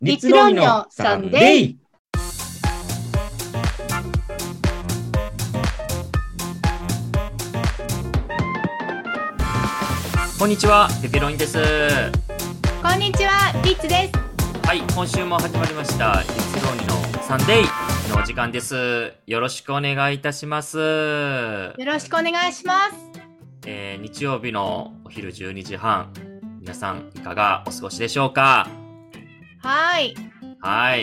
立論のサンデー。 こんにちは、ペペロニです。 こんにちは、リッツです。 はい、今週も始まりました立論のサンデーのお時間です。よろしくお願いいたします。 よろしくお願いします。 日曜日のお昼12時半、皆さんいかがお過ごしでしょうか？ はい。 はい。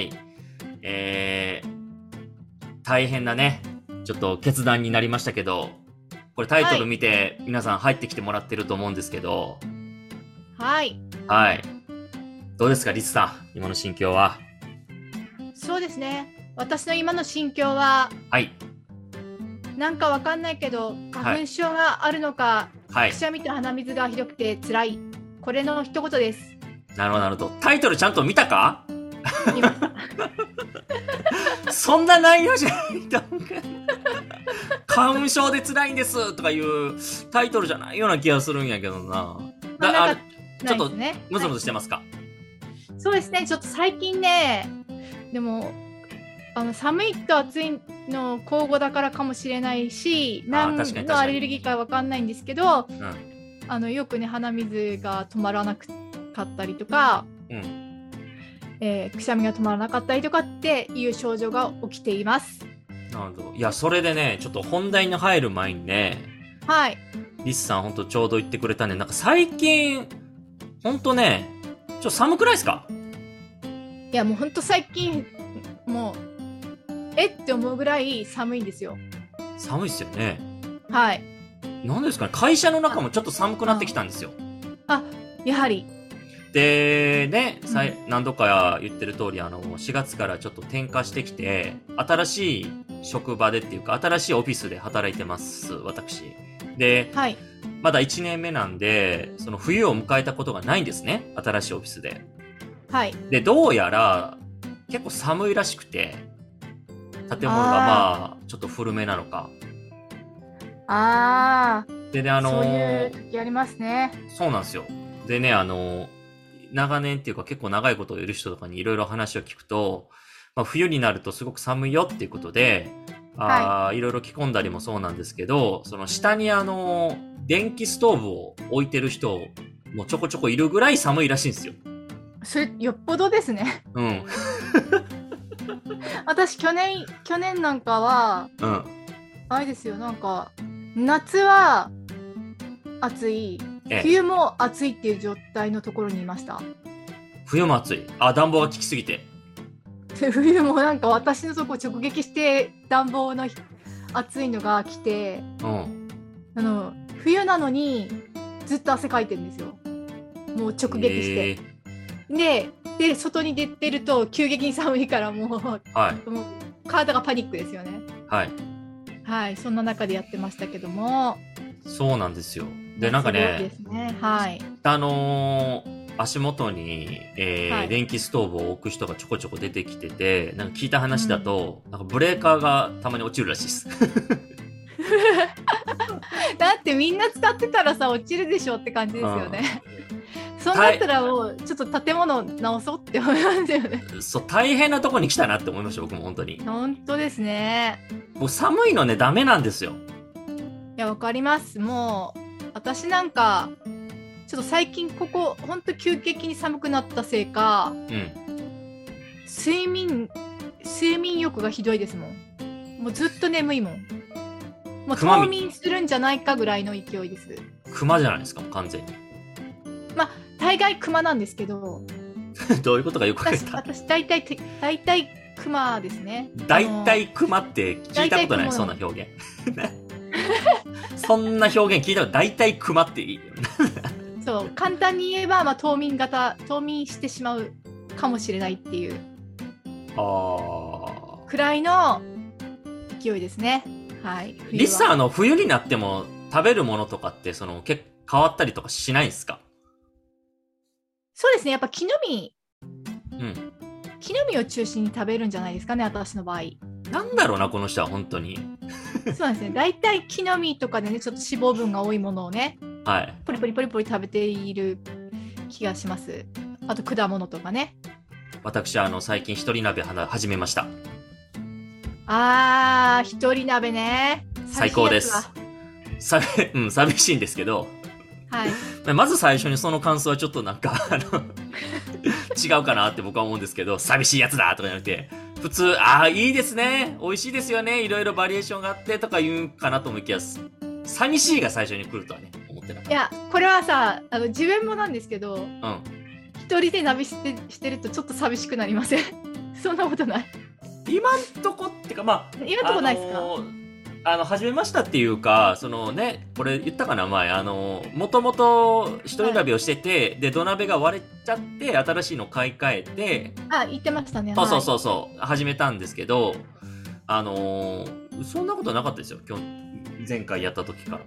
大変なね、ちょっと決断になりましたけど、これタイトル見て皆さん入ってきてもらってると思うんですけど、 はい。 はい。どうですか、リツさん、今の心境は？ そうですね。私の今の心境は、 はい。 なんかわかんないけど、花粉症があるのか、 はい。 くしゃみと鼻水がひどくて辛い。これの一言です。 なるほど、なるほど。タイトルちゃんと見たか？ 見ました。 そんな内容じゃないと思う。花粉症で辛いんですとかいうタイトルじゃないような気がするんやけどな。ちょっとムズムズしてますか？ そうですね。ちょっと最近ね、でも寒いと暑いの交互だからかもしれないし、何のアレルギーかわかんないんですけど、よくね鼻水が止まらなかったりとか、くしゃみが止まらなかったりとかっていう症状が起きています。 なるほど。いや、それでね、ちょっと本題に入る前にね、 はい。 リスさんほんとちょうど言ってくれたね。なんか最近、ほんとね、ちょっと寒くないですか？ いや、もうほんと最近、もう、って思うぐらい寒いんですよ。 寒いっすよね。 はい。 なんですかね、会社の中もちょっと寒くなってきたんですよ。 やはり。 で、ね、何度か言ってる通り、4月からちょっと転化してきて、新しい職場でっていうか、新しいオフィスで働いてます、私。で、 はい。 まだ1年目なんで、その冬を迎えたことがないんですね、新しいオフィスで。 はい。 で、どうやら、結構寒いらしくて、建物がちょっと古めなのか。でね、 そういう時ありますね。 そうなんですよ。でね、長年っていうか結構長いことをいる人とかにいろいろ話を聞くと、冬になるとすごく寒いよっていうことで、いろいろ着込んだりもそうなんですけど、その下に電気ストーブを置いてる人もちょこちょこいるぐらい寒いらしいんですよ。 それよっぽどですね。 うん。 私去年なんかは、あれですよ、なんか夏は暑い、冬も暑いっていう状態のところにいました。 冬も暑い。暖房が効きすぎて。 冬もなんか私のとこ直撃して暖房の暑いのが来て、冬なのにずっと汗かいてるんですよ。もう直撃して。で外に出てると急激に寒いからもう体がパニックですよね。はい、そんな中でやってましたけども。 そうなんですよ。で、なんかね、足元に、電気ストーブを置く人がちょこちょこ出てきてて、なんか聞いた話だと、なんかブレーカーがたまに落ちるらしいです。 だってみんな使ってたらさ、落ちるでしょって感じですよね。そうなったらもうちょっと建物直そうって思いますよね。 そう、大変なとこに来たなって思いました、僕も本当に。 本当ですね。 もう寒いのね、ダメなんですよ。 いや、わかります。もう私なんかちょっと最近ここほんと急激に寒くなったせいか、睡眠欲がひどいですもん。もうずっと眠いもん。もう冬眠するんじゃないかぐらいの勢いです。 熊じゃないですか、完全に。 大概熊なんですけど。 どういうことかよく分かった。 私大体熊ですね。 大体熊って聞いたことない、そんな表現。そんな表現聞いたことない。大体熊っていい。 そう、簡単に言えば、冬眠してしまうかもしれないっていうくらいの勢いですね。はい。 リスさん、冬になっても食べるものとかって変わったりとかしないんですか？ そうですね。やっぱ木の実を中心に食べるんじゃないですかね、私の場合。 なんだろうな、この人は本当に。 そうなんですね。大体木の実とかでね、ちょっと脂肪分が多いものをね、ポリポリポリポリ食べている気がします。あと果物とかね。 私、最近一人鍋始めました。 一人鍋ね。 最高です。寂しいんですけど。 はい。 まず最初にその感想はちょっとなんか、違うかなって僕は思うんですけど、寂しいやつだとかじゃなくて、普通、いいですね。美味しいですよね。いろいろバリエーションがあってとか言うかなと思いきや、寂しいが最初に来るとはね、思ってなかった。 いや、これはさ、自分もなんですけど、一人で鍋してるとちょっと寂しくなりません？そんなことない？ 今んとこってか、まあ、 今んとこないですか？ 始めましたっていうか、そのね、これ言ったかな前、もともと一人鍋をしてて、で、土鍋が割れちゃって、新しいの買い替えて、 言ってましたね。 そう、始めたんですけど、そんなことなかったですよ、前回やった時から。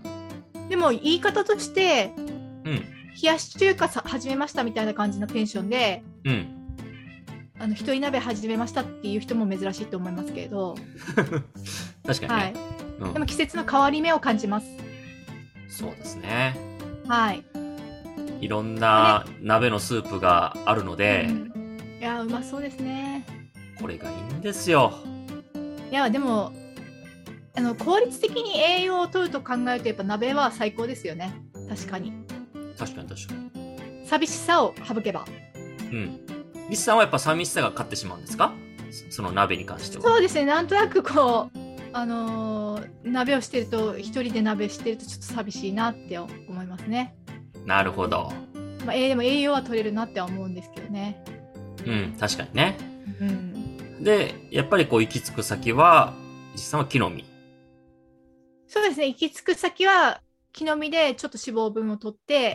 でも、言い方として、 冷やし中華始めましたみたいな感じのテンションで、一人鍋始めましたっていう人も珍しいと思いますけれど。 確かにね。 でも季節の変わり目を感じます。 そうですね。 はい。 いろんな鍋のスープがあるので、 いや、うまそうですね。 これがいいんですよ。 いや、でも、効率的に栄養を取ると考えると、やっぱ鍋は最高ですよね。確かに。寂しさを省けば。 リスさんはやっぱ寂しさが勝ってしまうんですか？その鍋に関しては。 そうですね。なんとなくこう、鍋をしてると、一人で鍋してるとちょっと寂しいなって思いますね。 なるほど。 でも栄養は取れるなって思うんですけどね。 確かにね。で、やっぱりこう行き着く先は、実際は木の実。 そうですね。行き着く先は木の実でちょっと脂肪分を取って、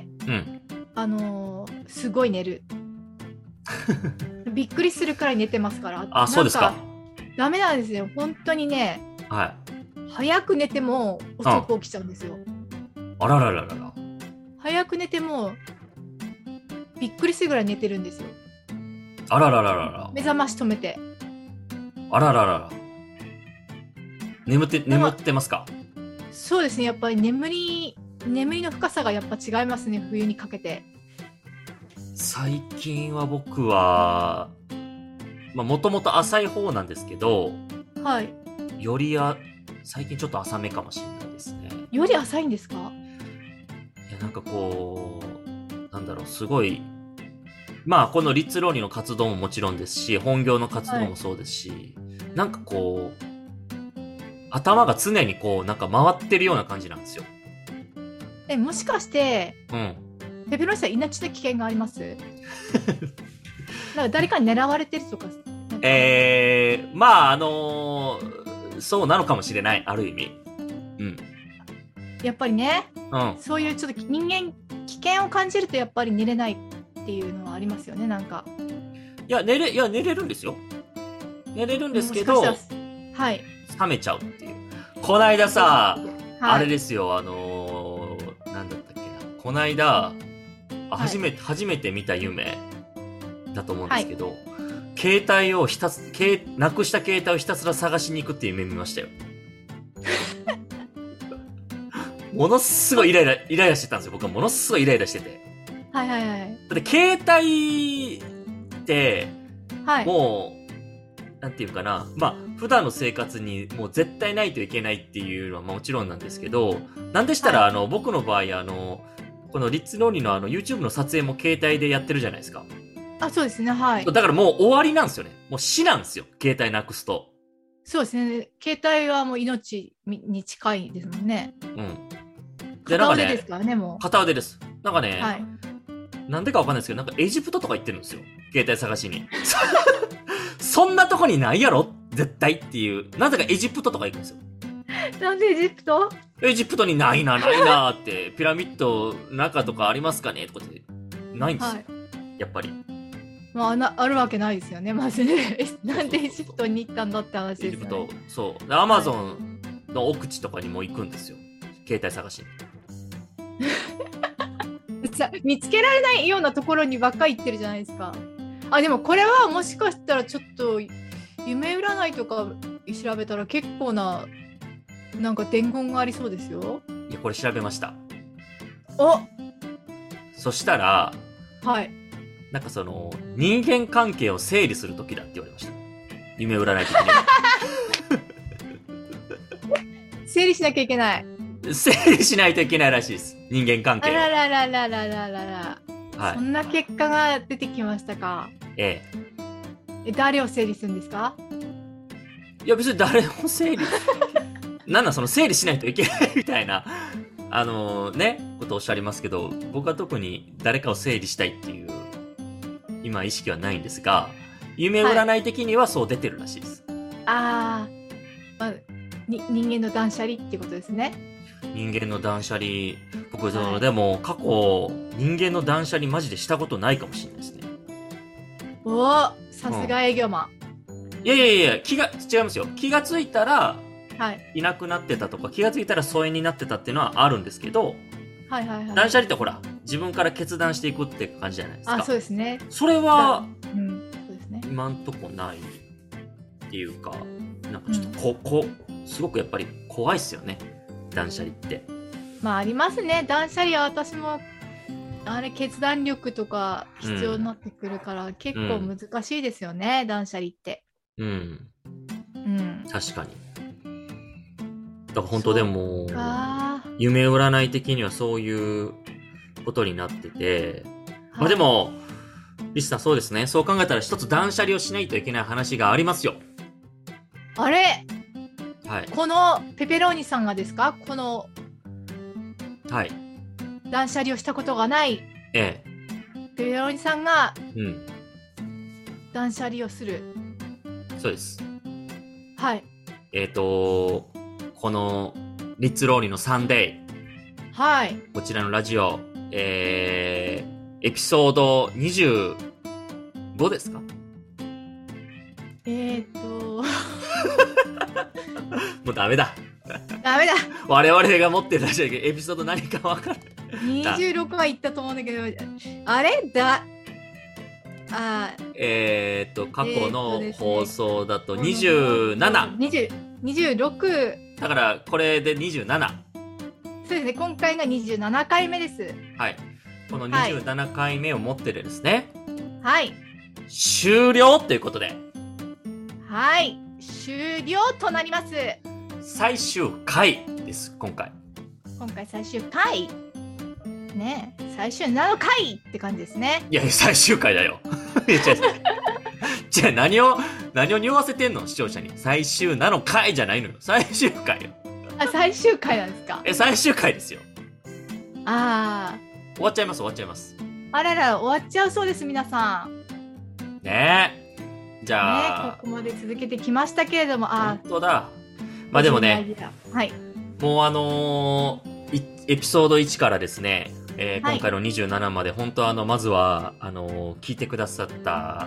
すごい寝る。びっくりするくらい寝てますから。 そうですか。 ダメなんですよ。本当にね。早く寝ても遅く起きちゃうんですよ。 あらららら。 早く寝てもびっくりするぐらい寝てるんですよ。 あらららら。 目覚まし止めて。 あらららら。眠ってますか？ そうですね。やっぱり眠りの深さがやっぱ違いますね。冬にかけて。 最近は僕は、もともと浅い方なんですけど、より最近ちょっと浅めかもしれないですね。 より浅いんですか？ いや、なんかこう、なんだろう、すごい、このリッツローニの活動ももちろんですし、本業の活動もそうですし、なんかこう、頭が常にこう、なんか回ってるような感じなんですよ。 もしかして、ペペロンさん、命の危険があります？なんか誰かに狙われてるとか。 そうなのかもしれない、ある意味。 やっぱりね、そういうちょっと人間、危険を感じるとやっぱり寝れないっていうのはありますよね、なんか。 いや、寝れるんですよ。寝れるんですけど、冷めちゃうっていう。こないださ、あれですよ、なんだったっけな。こないだ、初めて見た夢だと思うんですけど、携帯をなくした携帯をひたすら探しに行くっていう夢見ましたよ。ものすごいイライラしてたんですよ。僕はものすごいイライラしてて。だって携帯って、もう、なんていうかな、普段の生活にもう絶対ないといけないっていうのはもちろんなんですけど、なんでしたら、僕の場合、このリッツローニのYouTube の撮影も携帯でやってるじゃないですか。 そうですね、はい。 だからもう終わりなんですよね。もう死なんですよ。携帯なくすと。 そうですね。携帯はもう命に近いですもんね。 片腕ですからね、もう。 片腕です。なんかね、なんでかわかんないですけど、なんかエジプトとか行ってるんですよ。携帯探しに。そんなとこにないやろ絶対っていう。なぜかエジプトとか行くんですよ。 なんでエジプト？ エジプトにないなって、ピラミッド中とかありますかねとかって、ないんですよ。やっぱり。 あるわけないですよね、まずね。なんでエジプトに行ったんだって話ですよね。 エジプト、そう。アマゾンの奥地とかにも行くんですよ。携帯探しに。 見つけられないようなところにばっかり行ってるじゃないですか。でもこれはもしかしたらちょっと夢占いとか調べたら結構ななんか伝言がありそうですよ。 いや、これ調べました。 お！ そしたら、 なんかその、人間関係を整理するときだって言われました。夢占い的には。 整理しなきゃいけない。 整理しないといけないらしいです。人間関係を。 あらららららららら。 はい。 そんな結果が出てきましたか。 ええ。誰を整理するんですか？ いや別に誰も整理。なんなんその整理しないといけないみたいな、ことをおっしゃりますけど、僕は特に誰かを整理したいっていう、今意識はないんですが、夢占い的にはそう出てるらしいです。 ああ、まあ、人間の断捨離っていうことですね。 人間の断捨離、僕、でも過去、人間の断捨離マジでしたことないかもしれないですね。 おお、さすが営業マン。いや、違いますよ。気がついたら、 はい。 いなくなってたとか、気がついたら疎遠になってたっていうのはあるんですけど、 はいはいはい。 断捨離ってほら、自分から決断していくって感じじゃないですか。 あ、そうですね。 それは、 そうですね。 今んとこないっていうか、なんかちょっとすごくやっぱり怖いっすよね。断捨離って。 まあありますね。断捨離は私も、あれ決断力とか必要になってくるから、結構難しいですよね、断捨離って。 確かに。だから本当でも、夢占い的にはそういうことになってて、まあでも、リスさんそうですね。そう考えたら一つ断捨離をしないといけない話がありますよ。 あれ、 はい。 このペペローニさんがですか？この、 はい。 断捨離をしたことがない、 ペペペローニさんが、断捨離をする。 そうです。 はい。 この、リッツローニのサンデー。はい。 こちらのラジオ、エピソード25ですか？もうダメだ。 ダメだ。 我々が持ってるラジオエピソード何か分かる。 26は言ったと思うんだけど、あれだ。 過去の放送だと27。 26。 だからこれで27。 そうですね。今回が27回目です。 はい。この27回目を持ってるですね。 はい。 終了ということで。 はい。終了となります。 最終回です、今回最終回ねえ、最終7回って感じですね。 いや、最終回だよ。じゃあ何を匂わせてんの視聴者に。最終7回じゃないのよ。最終回よ。 あ、最終回なんですか？ 最終回ですよ。 終わっちゃいます。 あらら、終わっちゃうそうです、皆さん。 ねえ。じゃあ。ここまで続けてきましたけれども、 本当だ。まあでもね、 はい。 もうエピソード1からですね、今回の27まで、本当まずは、聞いてくださった、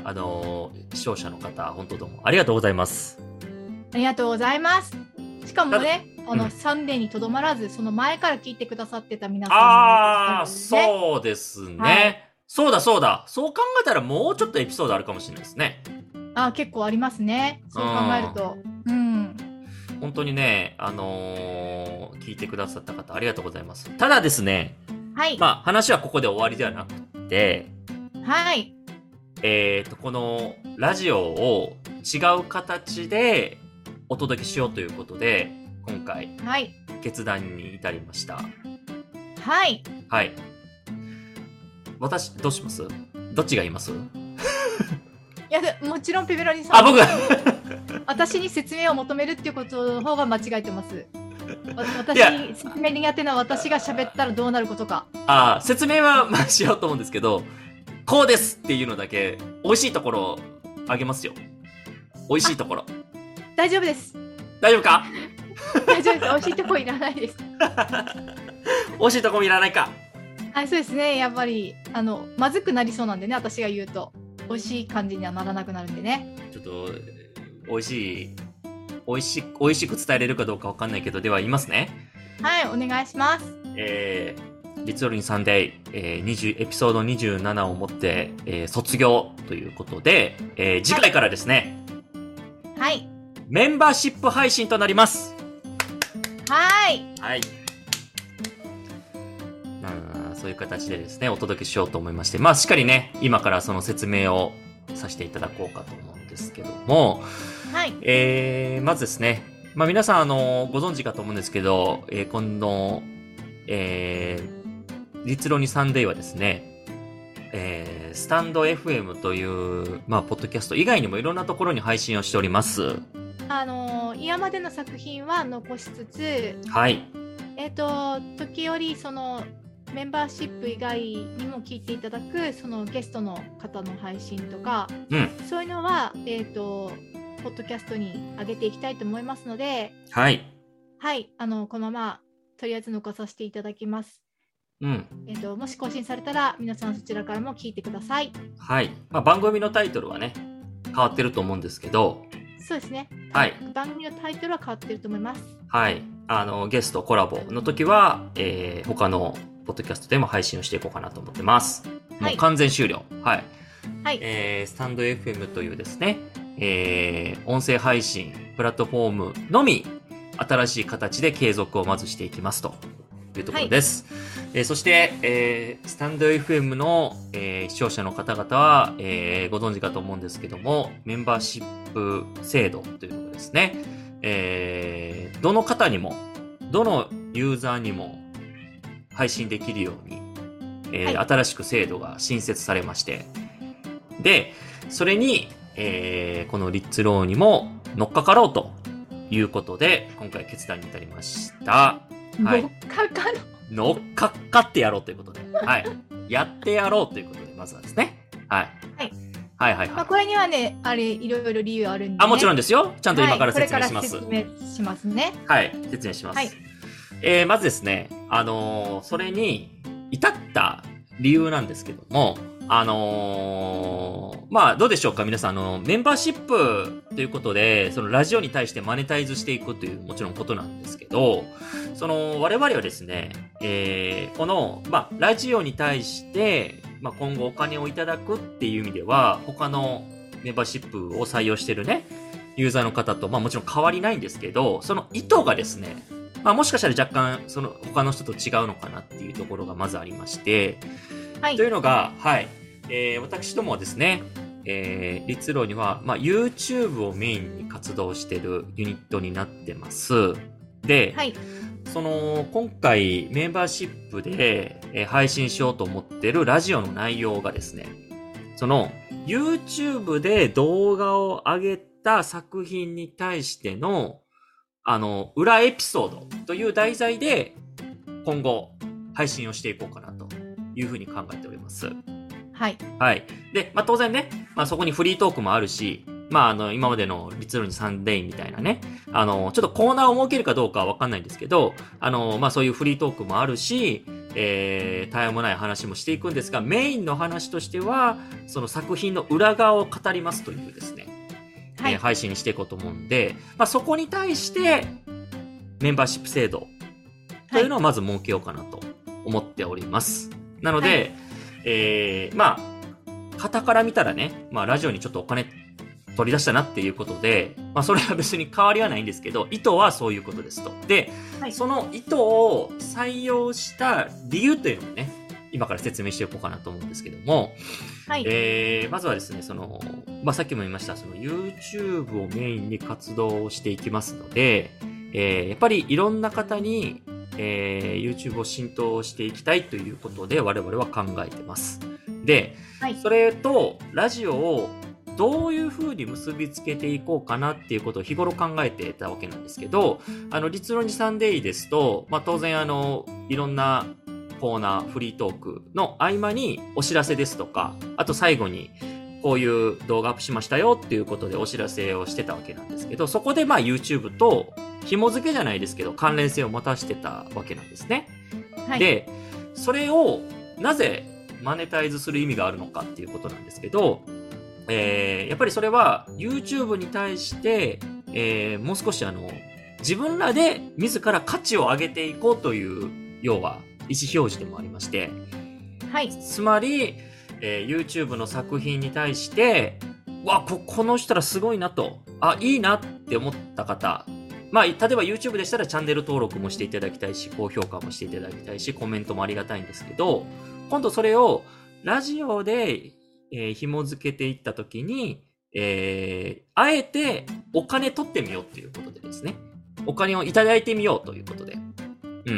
視聴者の方、本当どうもありがとうございます。 ありがとうございます。しかもね、サンデーにとどまらず、その前から聞いてくださってた皆さんも、 ああ、そうですね。はい、そうだ。そう考えたらもうちょっとエピソードあるかもしれないですね。 結構ありますね。そう考えると。 本当にね、聞いてくださった方ありがとうございます。ただですね、 はい。 まあ話はここで終わりではなくて、 はい。 このラジオを違う形でお届けしようということで、今回、決断に至りました。 はい。 はい。私、どうします？どっちが言います？ いや、もちろんペペロニさん。 僕私に説明を求めるっていうことの方が間違えてます。私に説明苦手な私が喋ったらどうなることか。 説明はしようと思うんですけど、こうですっていうのだけ、美味しいところをあげますよ。美味しいところ。 大丈夫です。 大丈夫か？ 大丈夫です。美味しいところいらないです。 美味しいところいらないか。 そうですね。やっぱり、まずくなりそうなんでね、私が言うと。美味しい感じにはならなくなるんでね。 ちょっと、美味しく伝えれるかどうかわかんないけど、では言いますね。 はい、お願いします。 リツロリンサンデー、エピソード27をもって、卒業ということで、次回からですね。 はい。 メンバーシップ配信となります。 はい。 はい。そうそういう形でですね、お届けしようと思いまして、まあしっかりね、今からその説明をさせていただこうかと思うんですけども、 はい。 まずですね、まあ皆さんご存知かと思うんですけど、今度、立論にサンデーはですね、スタンド FM という、まあ、ポッドキャスト以外にもいろんなところに配信をしております。 今までの作品は残しつつ、 はい。 時折、その、メンバーシップ以外にも聞いていただく、そのゲストの方の配信とか、そういうのは、ポッドキャストに上げていきたいと思いますので、 はい。 はい、このまま、とりあえず残させていただきます。もし更新されたら皆さんそちらからも聞いてください。 はい。まあ、番組のタイトルはね、変わってると思うんですけど。 そうですね。 はい。 番組のタイトルは変わってると思います。 はい。ゲストコラボの時は、他のポッドキャストでも配信をしていこうかなと思ってます。もう完全終了。はい。はい。スタンド FM というですね、音声配信プラットフォームのみ新しい形で継続をまずしていきますというところです。はい。そして、スタンド FM の、視聴者の方々は、ご存知かと思うんですけども、メンバーシップ制度というのがですね、どの方にも、どのユーザーにも配信できるように、はい、新しく制度が新設されまして、で、それに、このリッツローにも乗っかかろうということで、今回決断に至りました。 はい、乗っかかろう。 乗っかってやろうということで、はい。やってやろうということで、まずはですね。はい。はい。はいはいはい。 まあ、これにはね、いろいろ理由あるんで、ね。 もちろんですよ。ちゃんと今から説明します。 はい、これから説明しますね。 はい。説明します。はい。まずですね、それに至った理由なんですけども、まあ、どうでしょうか皆さん、メンバーシップということで、そのラジオに対してマネタイズしていくというもちろんことなんですけど、我々はですね、この、まあ、ラジオに対して、まあ、今後お金をいただくっていう意味では、他のメンバーシップを採用してるね、ユーザーの方と、まあもちろん変わりないんですけど、その意図がですね、まあもしかしたら若干、他の人と違うのかなっていうところがまずありまして、はい。というのが、はい。私どもはですね、立論には、まあ、YouTube をメインに活動しているユニットになってます。で、はい。今回メンバーシップで、配信しようと思ってるラジオの内容がですね、YouTube で動画を上げた作品に対しての、裏エピソードという題材で、今後、配信をしていこうかなというふうに考えております。はい。はい。で、まあ、当然ね、まあ、そこにフリートークもあるし、まあ、今までの立論にサンデーみたいなね、ちょっとコーナーを設けるかどうかはわかんないんですけど、まあ、そういうフリートークもあるし、絶えもない話もしていくんですが、メインの話としては、その作品の裏側を語りますというですね、はい。配信にしていこうと思うんで、まあ、そこに対して、メンバーシップ制度というのをまず設けようかなと思っております。はい、なので、はい、まあ、傍から見たらね、まあ、ラジオにちょっとお金取り出したなっていうことで、まあ、それは別に変わりはないんですけど、意図はそういうことですと。で、はい、その意図を採用した理由というのをね、今から説明していこうかなと思うんですけども、はい。まずはですね、まあ、さっきも言いました、YouTube をメインに活動していきますので、やっぱりいろんな方に、YouTube を浸透していきたいということで我々は考えてます。で、はい、それとラジオをどういう風に結びつけていこうかなっていうことを日頃考えていたわけなんですけど、立論にサンデーですと、まあ、当然いろんなコーナー、フリートークの合間にお知らせですとか、あと最後にこういう動画アップしましたよっていうことでお知らせをしてたわけなんですけど、そこでまあ YouTube と紐付けじゃないですけど関連性を持たせてたわけなんですね。はい、で、それをなぜマネタイズする意味があるのかっていうことなんですけど、やっぱりそれは YouTube に対して、もう少し自分らで自ら価値を上げていこうという要は意思表示でもありまして、はい、つまり、YouTube の作品に対してこの人らすごいなと、いいなって思った方まあ、例えば YouTube でしたらチャンネル登録もしていただきたいし、高評価もしていただきたいし、コメントもありがたいんですけど、今度それをラジオで、紐付けていったときに、あえてお金取ってみようっていうことでですね。お金をいただいてみようということで。うん。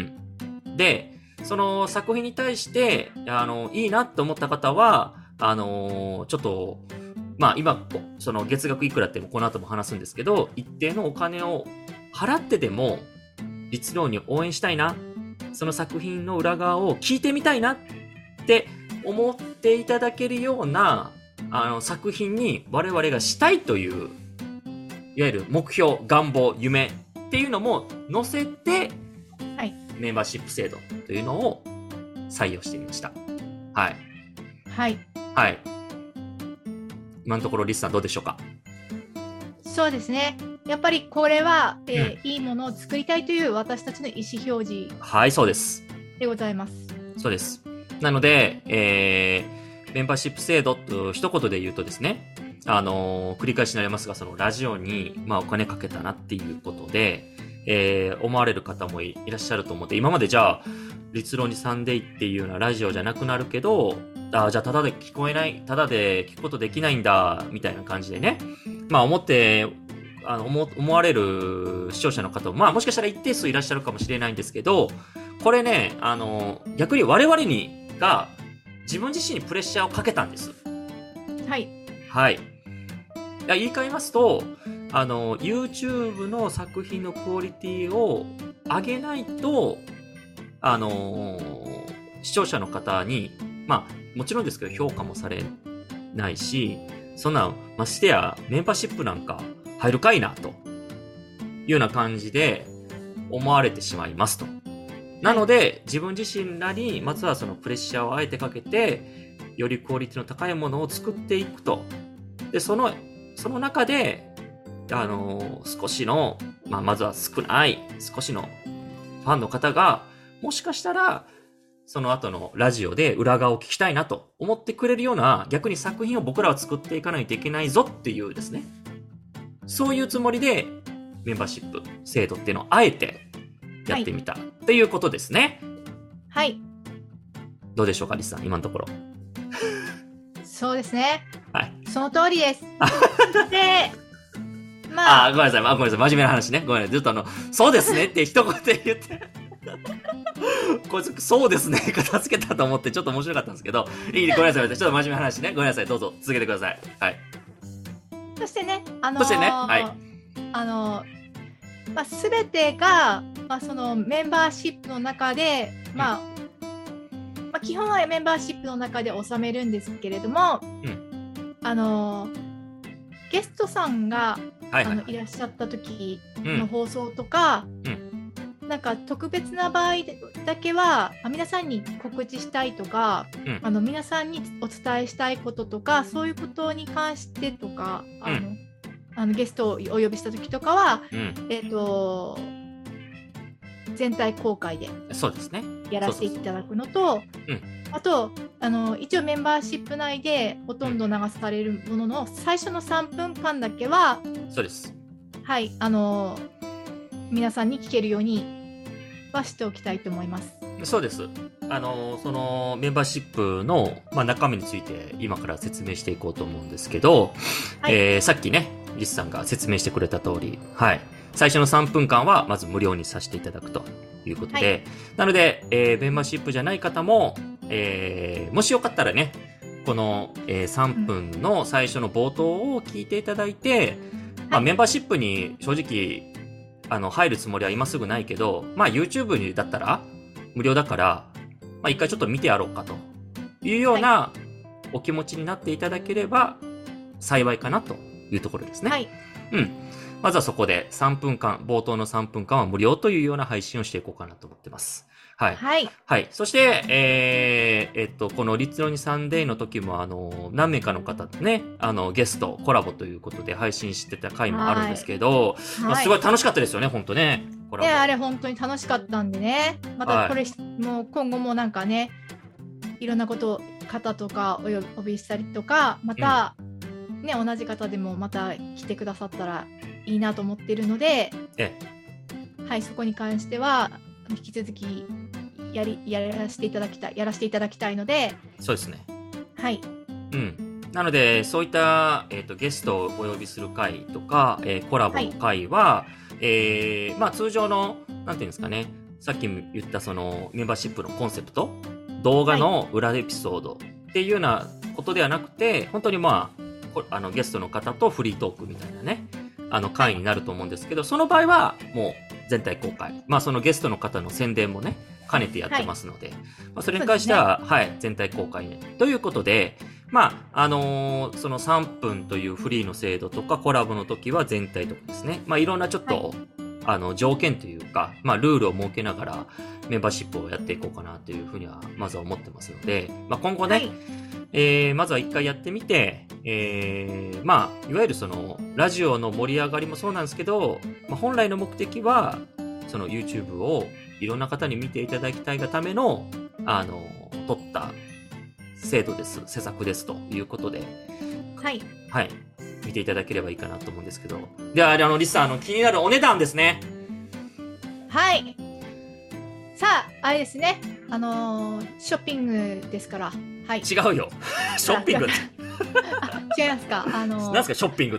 で、その作品に対して、いいなと思った方は、ちょっと、まあ今、その月額いくらってもこの後も話すんですけど、一定のお金を払ってでも、律郎に応援したいな、その作品の裏側を聞いてみたいなって思っていただけるような、作品に我々がしたいという、いわゆる目標、願望、夢っていうのも載せて、 はい、 メンバーシップ制度というのを採用してみました。はい。 はい。 はい。今のところリスさんどうでしょうか？ そうですね。やっぱりこれは、いいものを作りたいという私たちの意思表示。 はい、そうです。 でございます。 そうです。なので、メンバーシップ制度と一言で言うとですね、繰り返しになりますが、そのラジオに、まあ、お金かけたなっていうことで、思われる方もいらっしゃると思って、今までじゃあ、律郎にサンデーっていうようなラジオじゃなくなるけど、じゃあただで聞こえない、ただで聞くことできないんだ、みたいな感じでね、まあ思われる視聴者の方も、まあもしかしたら一定数いらっしゃるかもしれないんですけど、これね、逆に我々が自分自身にプレッシャーをかけたんです。 はい。 はい。言い換えますと、YouTube の作品のクオリティを上げないと、視聴者の方に、まあ、もちろんですけど評価もされないし、そんな、ましてやメンバーシップなんか入るかいな、というような感じで思われてしまいますと。なので、自分自身らに、まずはそのプレッシャーをあえてかけて、よりクオリティの高いものを作っていくと。で、その中で、少しの、まあ、まずは少しのファンの方が、もしかしたら、その後のラジオで裏側を聞きたいなと思ってくれるような、逆に作品を僕らは作っていかないといけないぞっていうですね。そういうつもりで、メンバーシップ制度っていうのをあえてやってみた、っていうことですね。 はい。 どうでしょうか、リスさん、今のところ。 そうですね。 はい。 その通りです。で、まあ、ごめんなさい。ごめんなさい。真面目な話ね。ごめんなさい。ずっとそうですねって一言で言って。こいつ、そうですね。片付けたと思ってちょっと面白かったんですけど。ごめんなさい。ちょっと真面目な話ね。ごめんなさい。どうぞ続けてください。はい。 そしてね、 そしてね、はい。 まあ、全てが、まあ、そのメンバーシップの中で、まあ、基本はメンバーシップの中で収めるんですけれども、ゲストさんが、いらっしゃった時の放送とか、なんか特別な場合だけは皆さんに告知したいとか、皆さんにお伝えしたいこととか、そういうことに関してとか、ゲストをお呼びした時とかは、全体公開でやらせていただくのと、あと一応メンバーシップ内でほとんど流されるものの、最初の3分間だけはそうです。 はい、皆さんに聞けるようにはしておきたいと思います。 そうです。そのメンバーシップの、まあ、中身について今から説明していこうと思うんですけど、はい、さっきね、リスさんが説明してくれた通り、はい。最初の3分間はまず無料にさせていただくということで、はい、なので、メンバーシップじゃない方も、もしよかったらね、この、3分の最初の冒頭を聞いていただいて、まあ、メンバーシップに正直、入るつもりは今すぐないけど、まあ YouTube だったら無料だから、まあ一回ちょっと見てやろうかというようなお気持ちになっていただければ幸いかなというところですね。 はい。 うん。まずはそこで3分間、冒頭の3分間は無料というような配信をしていこうかなと思ってます。はい。 はい。 はい。そして、この律郎にサンデーの時も、何名かの方とね、ゲスト、コラボということで配信してた回もあるんですけど、まあ、すごい楽しかったですよね、本当ね。 コラボ。あれ本当に楽しかったんでね。またこれ、もう今後もなんかね、いろんな方とかお呼びしたりとか、また、ね、同じ方でもまた来てくださったらいいなと思ってるので、 はい、そこに関しては引き続きやらせていただきたいので。 そうですね。 はい。 うん。なので、そういった、ゲストをお呼びする回とか、コラボの回は、まあ通常の、なんていうんですかね、さっきも言ったそのメンバーシップのコンセプト、動画の裏エピソードっていうようなことではなくて、本当にまあ、ゲストの方とフリートークみたいなね、回になると思うんですけど、その場合はもう全体公開。まあそのゲストの方の宣伝もね、兼ねてやってますので、まあそれに関しては、はい、全体公開ということで、まあ、その3分というフリーの制度とかコラボの時は全体とかですね。まあいろんなちょっと、条件というか、まあルールを設けながらメンバーシップをやっていこうかなというふうには、まずは思ってますので、まあ今後ね、まずは一回やってみて、まあ、いわゆるその、ラジオの盛り上がりもそうなんですけど、まあ、本来の目的は、その YouTube をいろんな方に見ていただきたいがための、取った制度です、施策ですということで、 はい。 はい。見ていただければいいかなと思うんですけど。では、リスさん、気になるお値段ですね。 はい。さあ、あれですね。ショッピングですから。はい。 違うよ。ショッピングって。 違いますか。 なんですか、ショッピングって。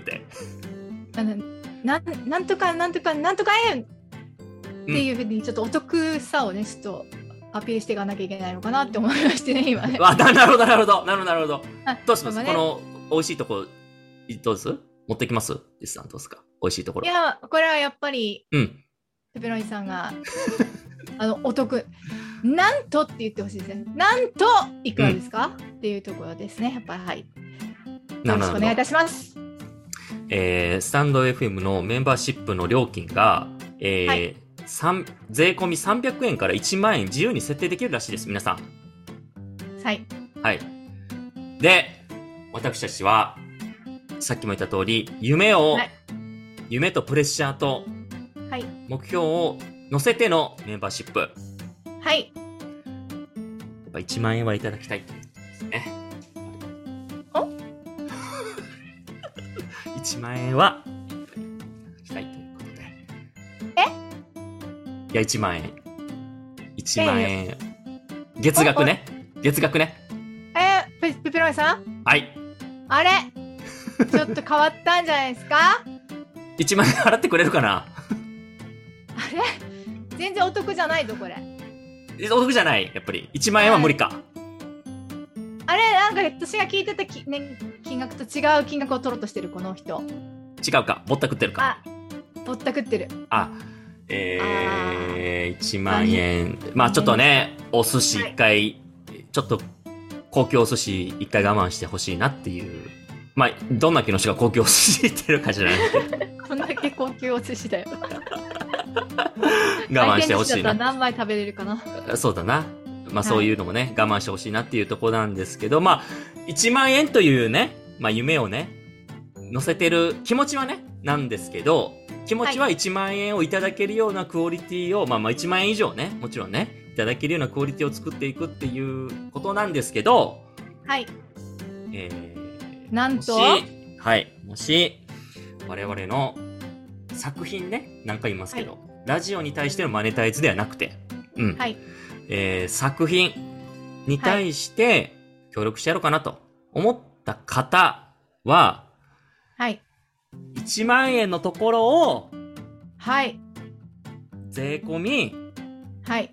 なんとか円っていうふうに、ちょっとお得さをね、ちょっとアピールしていかなきゃいけないのかなって思いましてね、今ね。 なるほど。どうします、この、美味しいところ、どうです持ってきますリスさん、どうですか美味しいところ。 いや、これはやっぱり、 ペペロニさんが、お得。なんとって言ってほしいですね。なんといくらですか、っていうところですね。やっぱり、はい。よろしくお願いいたします。 スタンド FM のメンバーシップの料金が、はい、税込み300円から1万円自由に設定できるらしいです、皆さん。 はい。 はい。で、私たちは、さっきも言った通り、夢とプレッシャーと、目標を乗せてのメンバーシップ。 はい。やっぱ1万円はいただきたいってことですね。 お 1万円はいただきたいということで。いや、1万円。1万円。月額ね。 ペペロニさん？ はい。 あれちょっと変わったんじゃないですか？ 1 万円払ってくれるかな？ あれ全然お得じゃないぞ、これ。 お得じゃない、やっぱり。1万円は無理か。 あれなんか私が聞いてた金額と違う金額を取ろうとしてる、この人。 違うか。ぼったくってるか。 ぼったくってる。 1万円。まあちょっとね、お寿司一回、ちょっと高級お寿司一回我慢してほしいなっていう。まあ、どんだけの人が高級お寿司行ってるかじゃないけど。 こんだけ高級お寿司だよ。 我慢してほしいな。 何枚食べれるかな。 そうだな。まあそういうのもね、我慢してほしいなっていうところなんですけど、まあ、1万円というね、まあ夢をね、乗せてる気持ちはね、なんですけど、気持ちは1万円をいただけるようなクオリティを、まあ1万円以上ね、もちろんね、いただけるようなクオリティを作っていくっていうことなんですけど、 はい。なんともし、我々の作品ね、何回言いますけど、ラジオに対してのマネタイズではなくて、作品に対して協力してやろうかなと思った方は、1万円のところを、税込み、495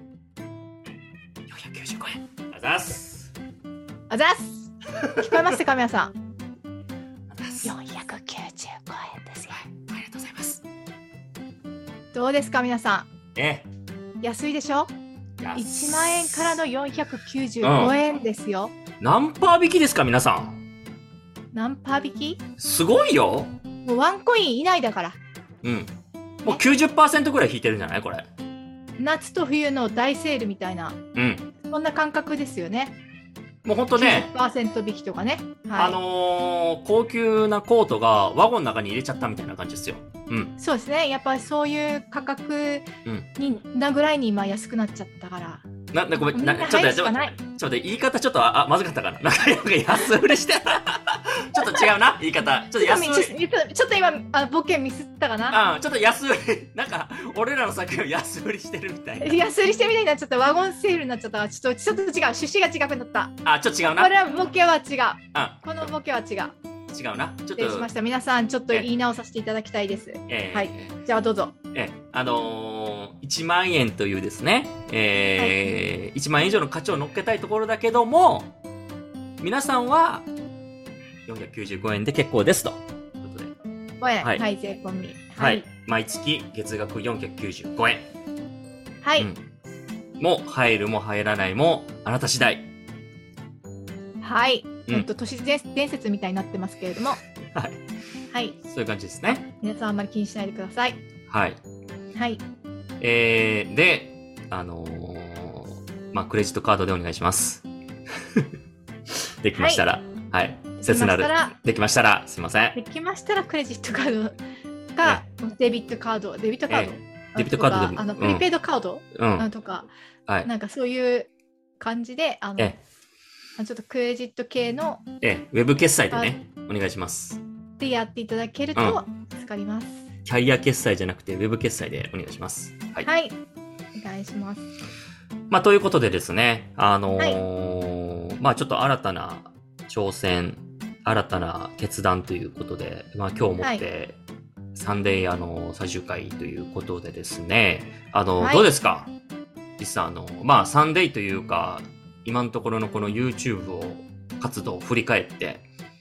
円。あざっす。 聞こえましたか、皆さん。 495円ですよ。 ありがとうございます。 どうですか、皆さん。安いでしょ？ 1 万円からの495円ですよ。 何パー引きですか、皆さん。 何パー引き？ すごいよ。 もうワンコイン以内だから。 もう 90% ぐらい引いてるんじゃないこれ。 夏と冬の大セールみたいな。そんな感覚ですよね。 もうほんとね。 90% 引きとかね。 高級なコートがワゴンの中に入れちゃったみたいな感じですよ。 そうですね。やっぱりそういう価格になぐらいに今安くなっちゃったから。 ごめん、ちょっと言い方ちょっとまずかったかな。なんか安売りしてちょっと違うな、言い方。ちょっと安売り。 ちょっと今、ボケミスったかな。 ちょっと安売り。なんか、俺らの作品を安売りしてるみたいな。 安売りしてみたいになっちゃった。ワゴンセールになっちゃった。ちょっと違う。趣旨が違くなった。 ちょっと違うな。 これはボケは違う。このボケは違う。 違うな。ちょっと。 失礼しました。皆さん、ちょっと言い直させていただきたいです。はい。じゃあ、どうぞ。 1万円というですね、1万円以上の価値を乗っけたいところだけども、皆さんは495円で結構ですと。ということで。 5円。はい、税込み。 はい。毎月月額495円。 はい。 もう入るも入らないもあなた次第。 はい。都市伝説みたいになってますけれども。はい。はい。 そういう感じですね。 皆さんあんまり気にしないでください。 はい。 はい。 で、クレジットカードでお願いします。できましたら。はい。切なる。できましたら、すいません。 できましたら、クレジットカードか、デビットカード。デビットカードプリペイドカードとか、なんかそういう感じで、ちょっとクレジット系のウェブ決済でね、お願いします。 でやっていただけると助かります。 キャリア決済じゃなくてウェブ決済でお願いします。はい。 はい、お願いします。 ということでですね、ちょっと新たな挑戦、新たな決断ということで、今日をもって、サンデー屋の最終回ということでですね、どうですか実際サンデーというか、今のところのこの YouTube 活動を振り返って。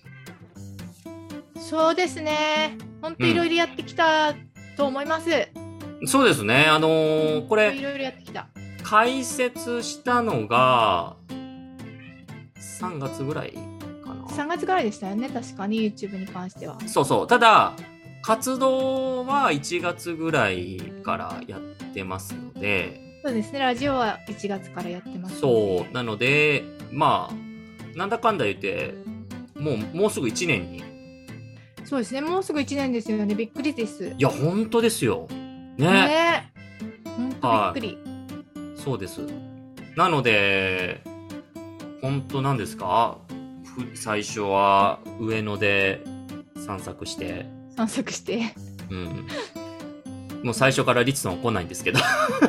そうですね。本当いろいろやってきたと思います。 そうですね。これ、 いろいろやってきた。 開設したのが、3月ぐらいかな。 3月ぐらいでしたよね。確かに YouTube に関しては。 そうそう。ただ、活動は1月ぐらいからやってますので、 そうですね。ラジオは1月からやってます。 そう。なので、なんだかんだ言って、もうすぐ1年に。 そうですね。もうすぐ1年ですよね。びっくりです。 いや、本当ですよ。 ね。本当びっくり。 そうです。なので、本当なんですか？最初は上野で散策して。うん。もう最初からリツさんは来ないんですけど。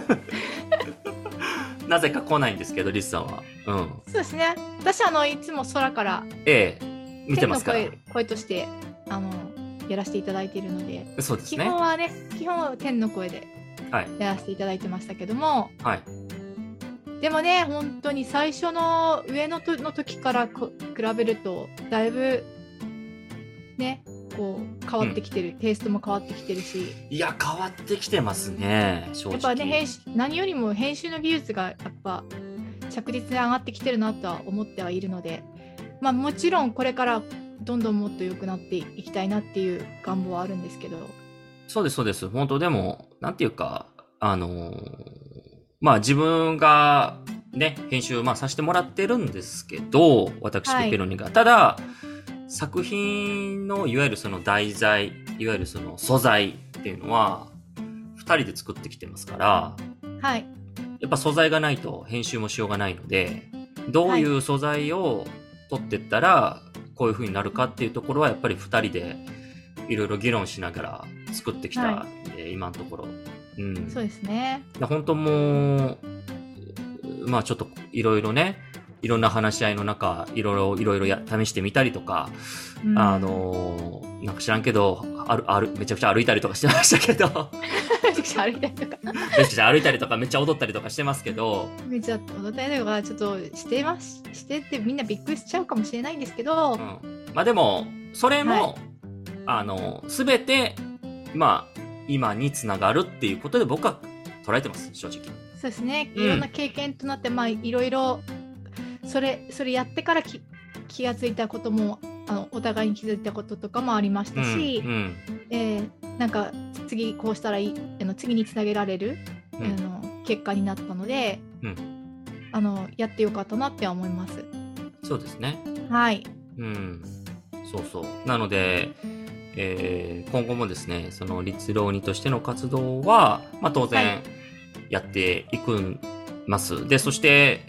なぜか来ないんですけど、リツさんは。 そうですね。私いつも空から、 見てますから。 声としてやらせていただいているので、 そうですね。 基本は天の声でやらせていただいてましたけども、 はい。 でもね、本当に最初の上野の時から比べるとだいぶね、こう変わってきてる、テイストも変わってきてるし、 いや変わってきてますね。正直。 やっぱね、何よりも編集の技術がやっぱ着実に上がってきてるなとは思ってはいるので、もちろんこれからどんどんもっと良くなっていきたいなっていう願望はあるんですけど。 そうですそうです。本当でもなんていうか自分がね編集させてもらってるんですけど、私とペロニが、ただ作品のいわゆるその題材、いわゆるその素材っていうのは2人で作ってきてますから、 はい。 やっぱ素材がないと編集もしようがないので、どういう素材を取ってったらこういう風になるかっていうところはやっぱり2人でいろいろ議論しながら作ってきたんで、今のところ。 そうですね。 本当もうちょっといろいろね、いろんな話し合いの中、いろいろ試してみたりとか、なんか知らんけど、めちゃくちゃ歩いたりとかしてましたけど。 めちゃくちゃ歩いたりとか。 めちゃくちゃ歩いたりとか、めっちゃ踊ったりとかしてますけど。 めっちゃ踊ったりとか、ちょっとしてってみんなびっくりしちゃうかもしれないんですけど。 でも、それも、すべて、今につながるっていうことで僕は捉えてます、正直。 そうですね。いろんな経験となって、いろいろ、それやってから気がついたことも、お互いに気づいたこととかもありましたし、なんか次こうしたらいい、次につなげられる、結果になったので、やってよかったなって思います。 そうですね。 はい。 そうそう。なので、今後もですね、その立浪人としての活動は、当然やっていくんます。で、そして、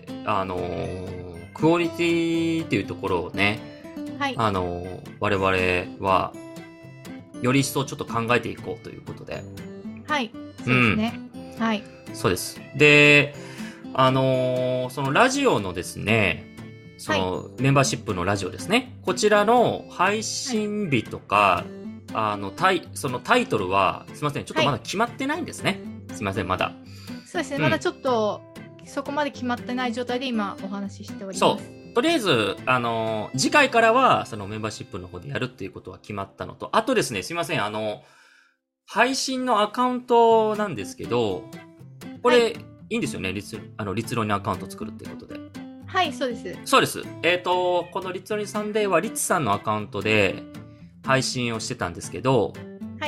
クオリティっていうところをね、 はい。 我々は、より一層ちょっと考えていこうということで。 はい。そうですね。はい。 そうです。で、そのラジオのですね、そのメンバーシップのラジオですね。こちらの配信日とか、そのタイトルは、すいません、ちょっとまだ決まってないんですね。すいません、まだ。 そうですね、まだちょっと、そこまで決まってない状態で今お話ししております。 そう。とりあえず、次回からは、そのメンバーシップの方でやるっていうことは決まったのと、あとですね、すいません、配信のアカウントなんですけど、これ、いいんですよね、立論にアカウント作るっていうことで。 はい、そうです。 そうです。この立論にサンデーは、リツさんのアカウントで配信をしてたんですけど、 はい。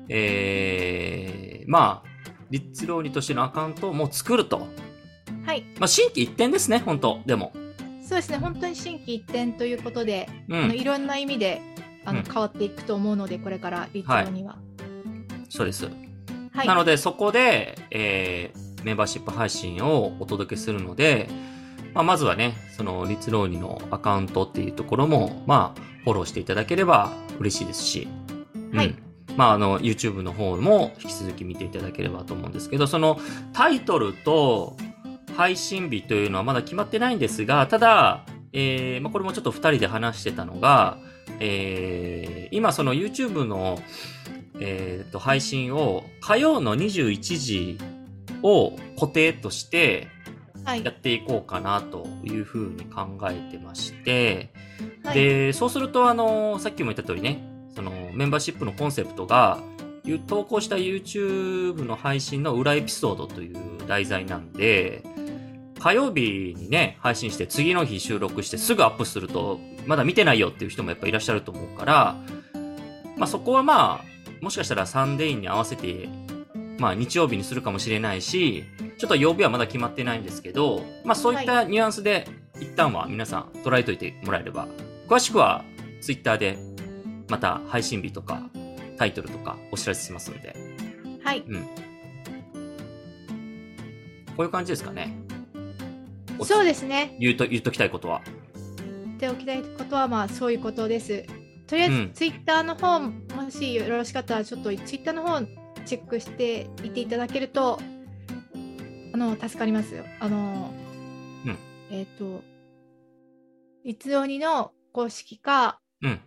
まあ、立論にとしてのアカウントをもう作ると。 はい。 まあ、心機一転ですね、本当でも。 そうですね、本当に心機一転ということで、いろんな意味で変わっていくと思うので、これから立論には。 そうです。 はい。 なので、そこで、メンバーシップ配信をお届けするので、まずはね、その、立論にのアカウントっていうところも、フォローしていただければ嬉しいですし、 はい。 YouTube の方も引き続き見ていただければと思うんですけど、そのタイトルと配信日というのはまだ決まってないんですが、ただ、これもちょっと2人で話してたのが、今その YouTube の、配信を火曜の21時を固定としてやっていこうかなというふうに考えてまして、はい、で、そうするとさっきも言った通りね、そのメンバーシップのコンセプトが投稿した YouTube の配信の裏エピソードという題材なんで、火曜日にね、配信して次の日収録してすぐアップすると、まだ見てないよっていう人もやっぱいらっしゃると思うから、そこはもしかしたらサンデーインに合わせて、日曜日にするかもしれないし、ちょっと曜日はまだ決まってないんですけど、そういったニュアンスで一旦は皆さん捉えといてもらえれば、詳しくは Twitter でまた配信日とかタイトルとかお知らせしますので。 はい。 こういう感じですかね。 そうですね。 言っときたいことは。 言っておきたいことはそういうことです。とりあえず、ツイッターの方、もしよろしかったらちょっとツイッターの方チェックしていていただけると助かりますよ。立論にの公式か、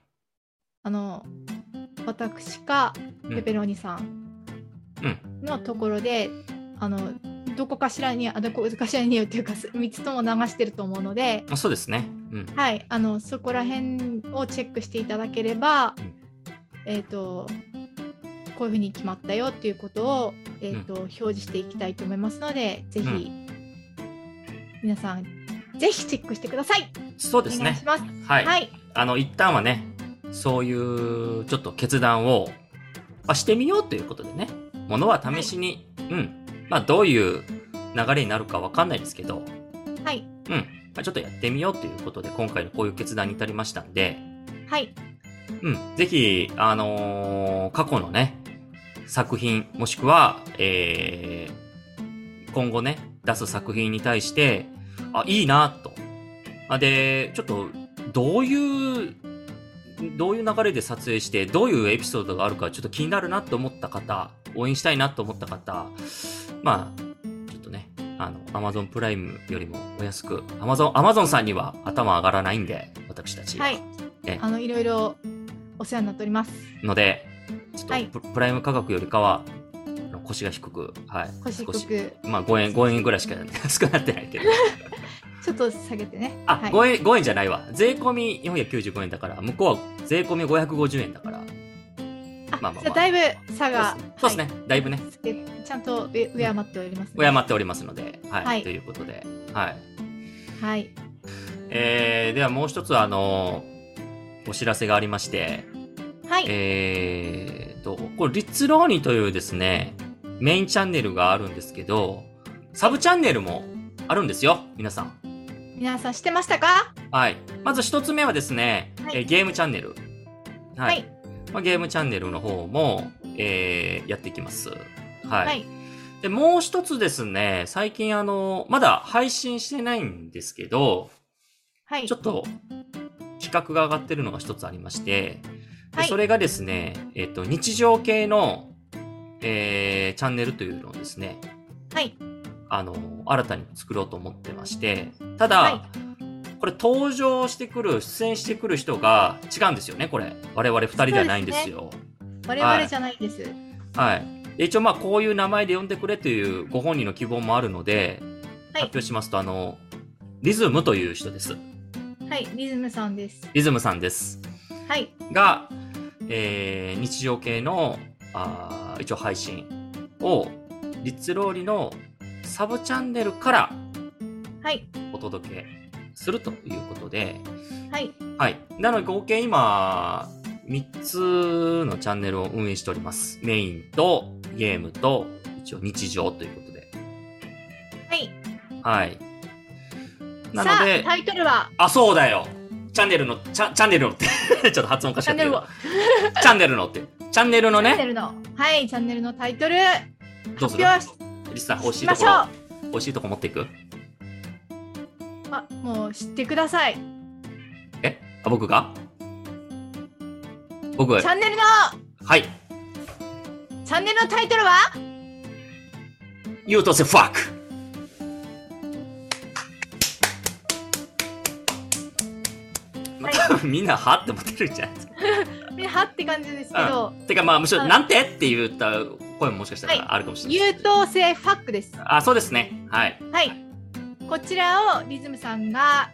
私かペペロニさんのところで、どこかしらにっていうか3つとも流してると思うので、 そうですね。 はい、そこら辺をチェックしていただければ、こういうふうに決まったよっていうことを、表示していきたいと思いますので、ぜひ、皆さんぜひチェックしてください。 そうですね。 お願いします。 はい。はい、一旦はね、そういうちょっと決断を、してみようということでね、ものは試しに、どういう流れになるかわかんないですけど、 はい。 ちょっとやってみようということで、今回のこういう決断に至りましたんで、 はい。 ぜひ、過去のね、作品、もしくは、今後ね、出す作品に対して、いいなと。で、ちょっと、どういう流れで撮影して、どういうエピソードがあるか、ちょっと気になるなと思った方、応援したいなと思った方、ちょっとね、Amazon プライムよりもお安く、Amazon さんには頭上がらないんで、私たちは。 はい。いろいろお世話になっております。 ので、ちょっとプライム価格よりかは、腰が低く、はい。 腰低く。 5円ぐらいしか安くなってないけど。 ちょっと下げてね。 5円じゃないわ。税込み495円だから、向こうは税込み550円だから。 じゃあだいぶ差が。 そうですね。だいぶね。 ちゃんと敬っております。 敬っておりますので、はい。ということで、はい。 はい。 ではもう一つお知らせがありまして、 はい。 これ、リッツローニというですね、メインチャンネルがあるんですけど、サブチャンネルもあるんですよ、皆さん。 皆さん知ってましたか？ はい。まず一つ目はですね、ゲームチャンネル。はい。ゲームチャンネルの方も、やっていきます。はい。 で、もう一つですね、最近まだ配信してないんですけど、 はい。 ちょっと企画が上がってるのが一つありまして、 はい、 それがですね、日常系の、チャンネルというのをですね、 はい。 新たに作ろうと思ってまして、ただ、 はい、 これ登場してくる、出演してくる人が違うんですよね、これ。我々二人ではないんですよ。 我々じゃないです。 はい。で一応まあこういう名前で呼んでくれというご本人の希望もあるので、 はい、 発表しますと、リズムという人です。 はい、リズムさんです。 リズムさんです。 はい。 が、日常系の、一応配信を、リッツローリのサブチャンネルから、 はい。 お届けするということで、 はい。 はい。なので合計今、3つのチャンネルを運営しております。メインとゲームと一応日常ということで。 はい。 はい。なので、 タイトルはそうだよ。チャンネルのってちょっと発音おかしかったけど。チャンネルのね。 チャンネルのタイトル。 どうする？リスさん、美味しいとこ持っていく？ もう知ってください。 僕がチャンネルのはい。 チャンネルのタイトルは You to say fuck! みんなはって思ってるんじゃないですか。 みんなはって感じですけど。 てかまあむしろなんてって言った声ももしかしたらあるかもしれない。 優等生ファックです。 そうですね。はい。 はい。こちらをリズムさんが、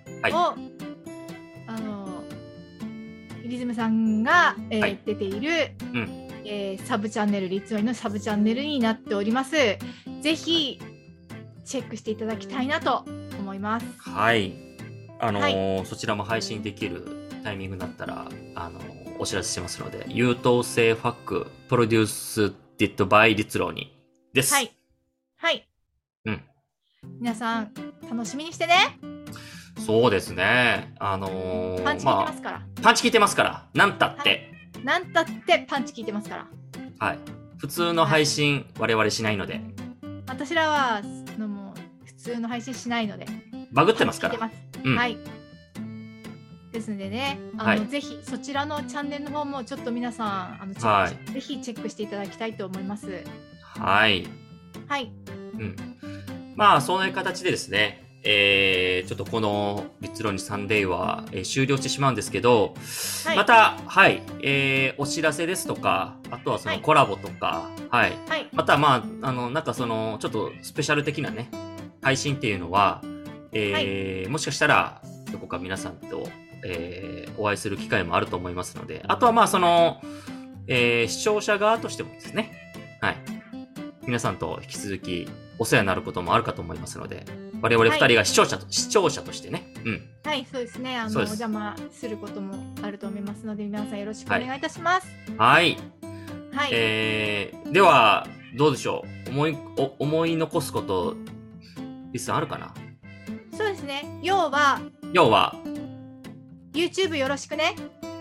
リズムさんが、出ている、サブチャンネル、リツオイのサブチャンネルになっております。ぜひチェックしていただきたいなと思います。 はい。そちらも配信できるタイミングになったら、お知らせしますので、優等生ファック、プロデュース、ディットバイ、リツローニです。 はい。はい。皆さん、楽しみにしてね。 そうですね。 パンチ効いてますから。 パンチ効いてますから。なんたって。 なんたってパンチ効いてますから。 はい。普通の配信、我々しないので。 私らは、もう、普通の配信しないので。 バグってますから。 はい。ですのでね、ぜひそちらのチャンネルの方もちょっと皆さんぜひチェックしていただきたいと思います。 はい。 はい。 まあそういう形でですね、ちょっとこのリッツローニサンデーは、終了してしまうんですけど、またお知らせですとか、あとはそのコラボとか、またまあなんかそのちょっとスペシャル的なね配信っていうのは、もしかしたらどこか皆さんと、お会いする機会もあると思いますので、あとはまあその、視聴者側としてもですね、皆さんと引き続きお世話になることもあるかと思いますので、我々二人が視聴者としてね、 はい、そうですね。お邪魔することもあると思いますので、皆さんよろしくお願いいたします。 はい。ではどうでしょう。思い残すことリスさんあるかな。 そうですね。要は YouTube よろしくね。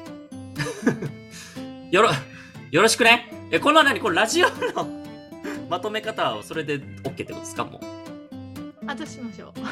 よろしくね。このこれラジオのまとめ方をそれで OK ってことですか？もうどうしましょう。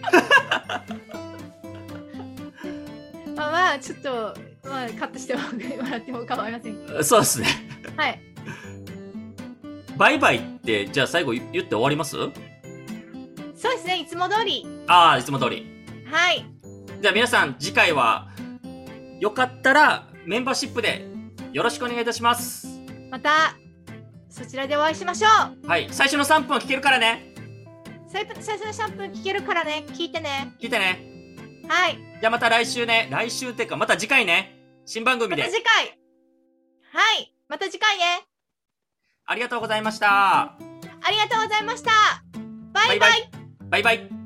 まあちょっと、カットしてもらっても構いません。 そうですね。 はい。 バイバイってじゃあ最後言って終わります？そうですね。いつも通り。 いつも通り。 はい。 じゃあ皆さん次回はよかったらメンバーシップでよろしくお願いいたします。 またそちらでお会いしましょう。 はい。最初の3分は聞けるからね。 最初の3分聞けるからね。聞いてね。はい。 じゃあまた来週ね。来週っていうかまた次回ね。新番組で。 また次回。はい。また次回ね。 ありがとうございました。 ありがとうございました。バイバイ。 バイバイ。